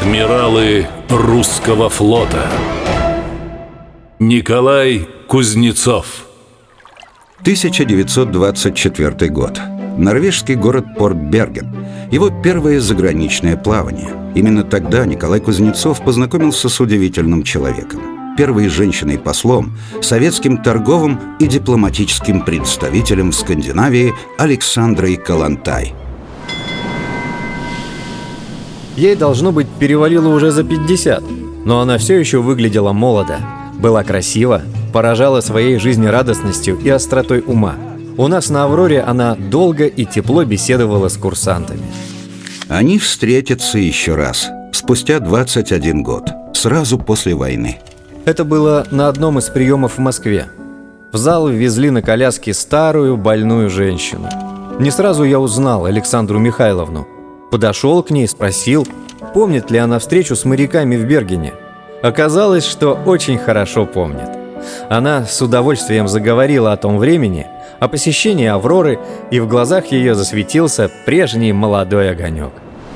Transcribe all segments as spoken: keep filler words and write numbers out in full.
Адмиралы русского флота. Николай Кузнецов. тысяча девятьсот двадцать четвёртый год. Норвежский город Порт Берген. Его первое заграничное плавание. Именно тогда Николай Кузнецов познакомился с удивительным человеком. Первой женщиной-послом, советским торговым и дипломатическим представителем в Скандинавии Александрой Калантай. Ей, должно быть, перевалило уже за пятьдесят, но она все еще выглядела молодо, была красива, поражала своей жизнерадостностью и остротой ума. У нас на «Авроре» она долго и тепло беседовала с курсантами. Они встретятся еще раз, спустя двадцать один год, сразу после войны. Это было на одном из приемов в Москве. В зал ввезли на коляске старую больную женщину. Не сразу я узнал Александру Михайловну. Подошел к ней, спросил, помнит ли она встречу с моряками в Бергене. Оказалось, что очень хорошо помнит. Она с удовольствием заговорила о том времени, о посещении «Авроры», и в глазах ее засветился прежний молодой огонек.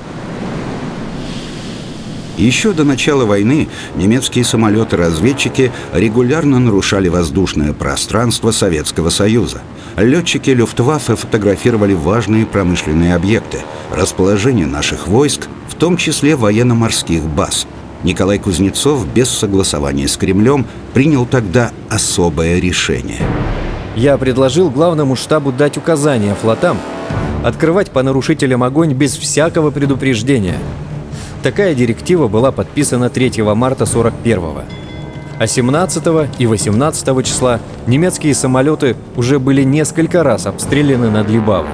Еще до начала войны немецкие самолеты-разведчики регулярно нарушали воздушное пространство Советского Союза. Летчики Люфтваффе фотографировали важные промышленные объекты, расположение наших войск, в том числе военно-морских баз. Николай Кузнецов без согласования с Кремлем принял тогда особое решение. Я предложил главному штабу дать указания флотам открывать по нарушителям огонь без всякого предупреждения. Такая директива была подписана третьего марта сорок первого. А семнадцатого и восемнадцатого числа немецкие самолеты уже были несколько раз обстреляны над Либавой.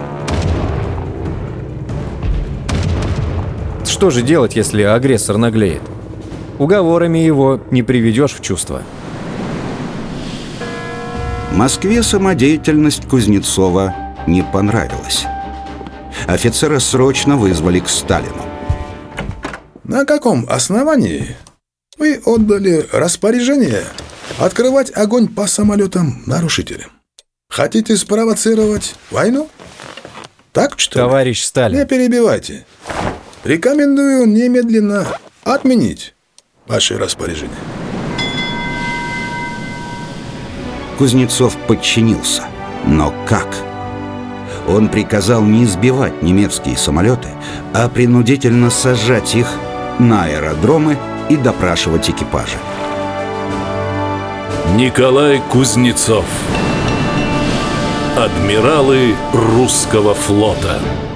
Что же делать, если агрессор наглеет? Уговорами его не приведешь в чувство. Москве самодеятельность Кузнецова не понравилась. Офицера срочно вызвали к Сталину. На каком основании вы отдали распоряжение открывать огонь по самолетам-нарушителям? Хотите спровоцировать войну? Так что ли? Товарищ Сталин. Не перебивайте. Рекомендую немедленно отменить ваши распоряжения. Кузнецов подчинился. Но как? Он приказал не сбивать немецкие самолеты, а принудительно сажать их на аэродромы и допрашивать экипажи. Николай Кузнецов. Адмиралы русского флота.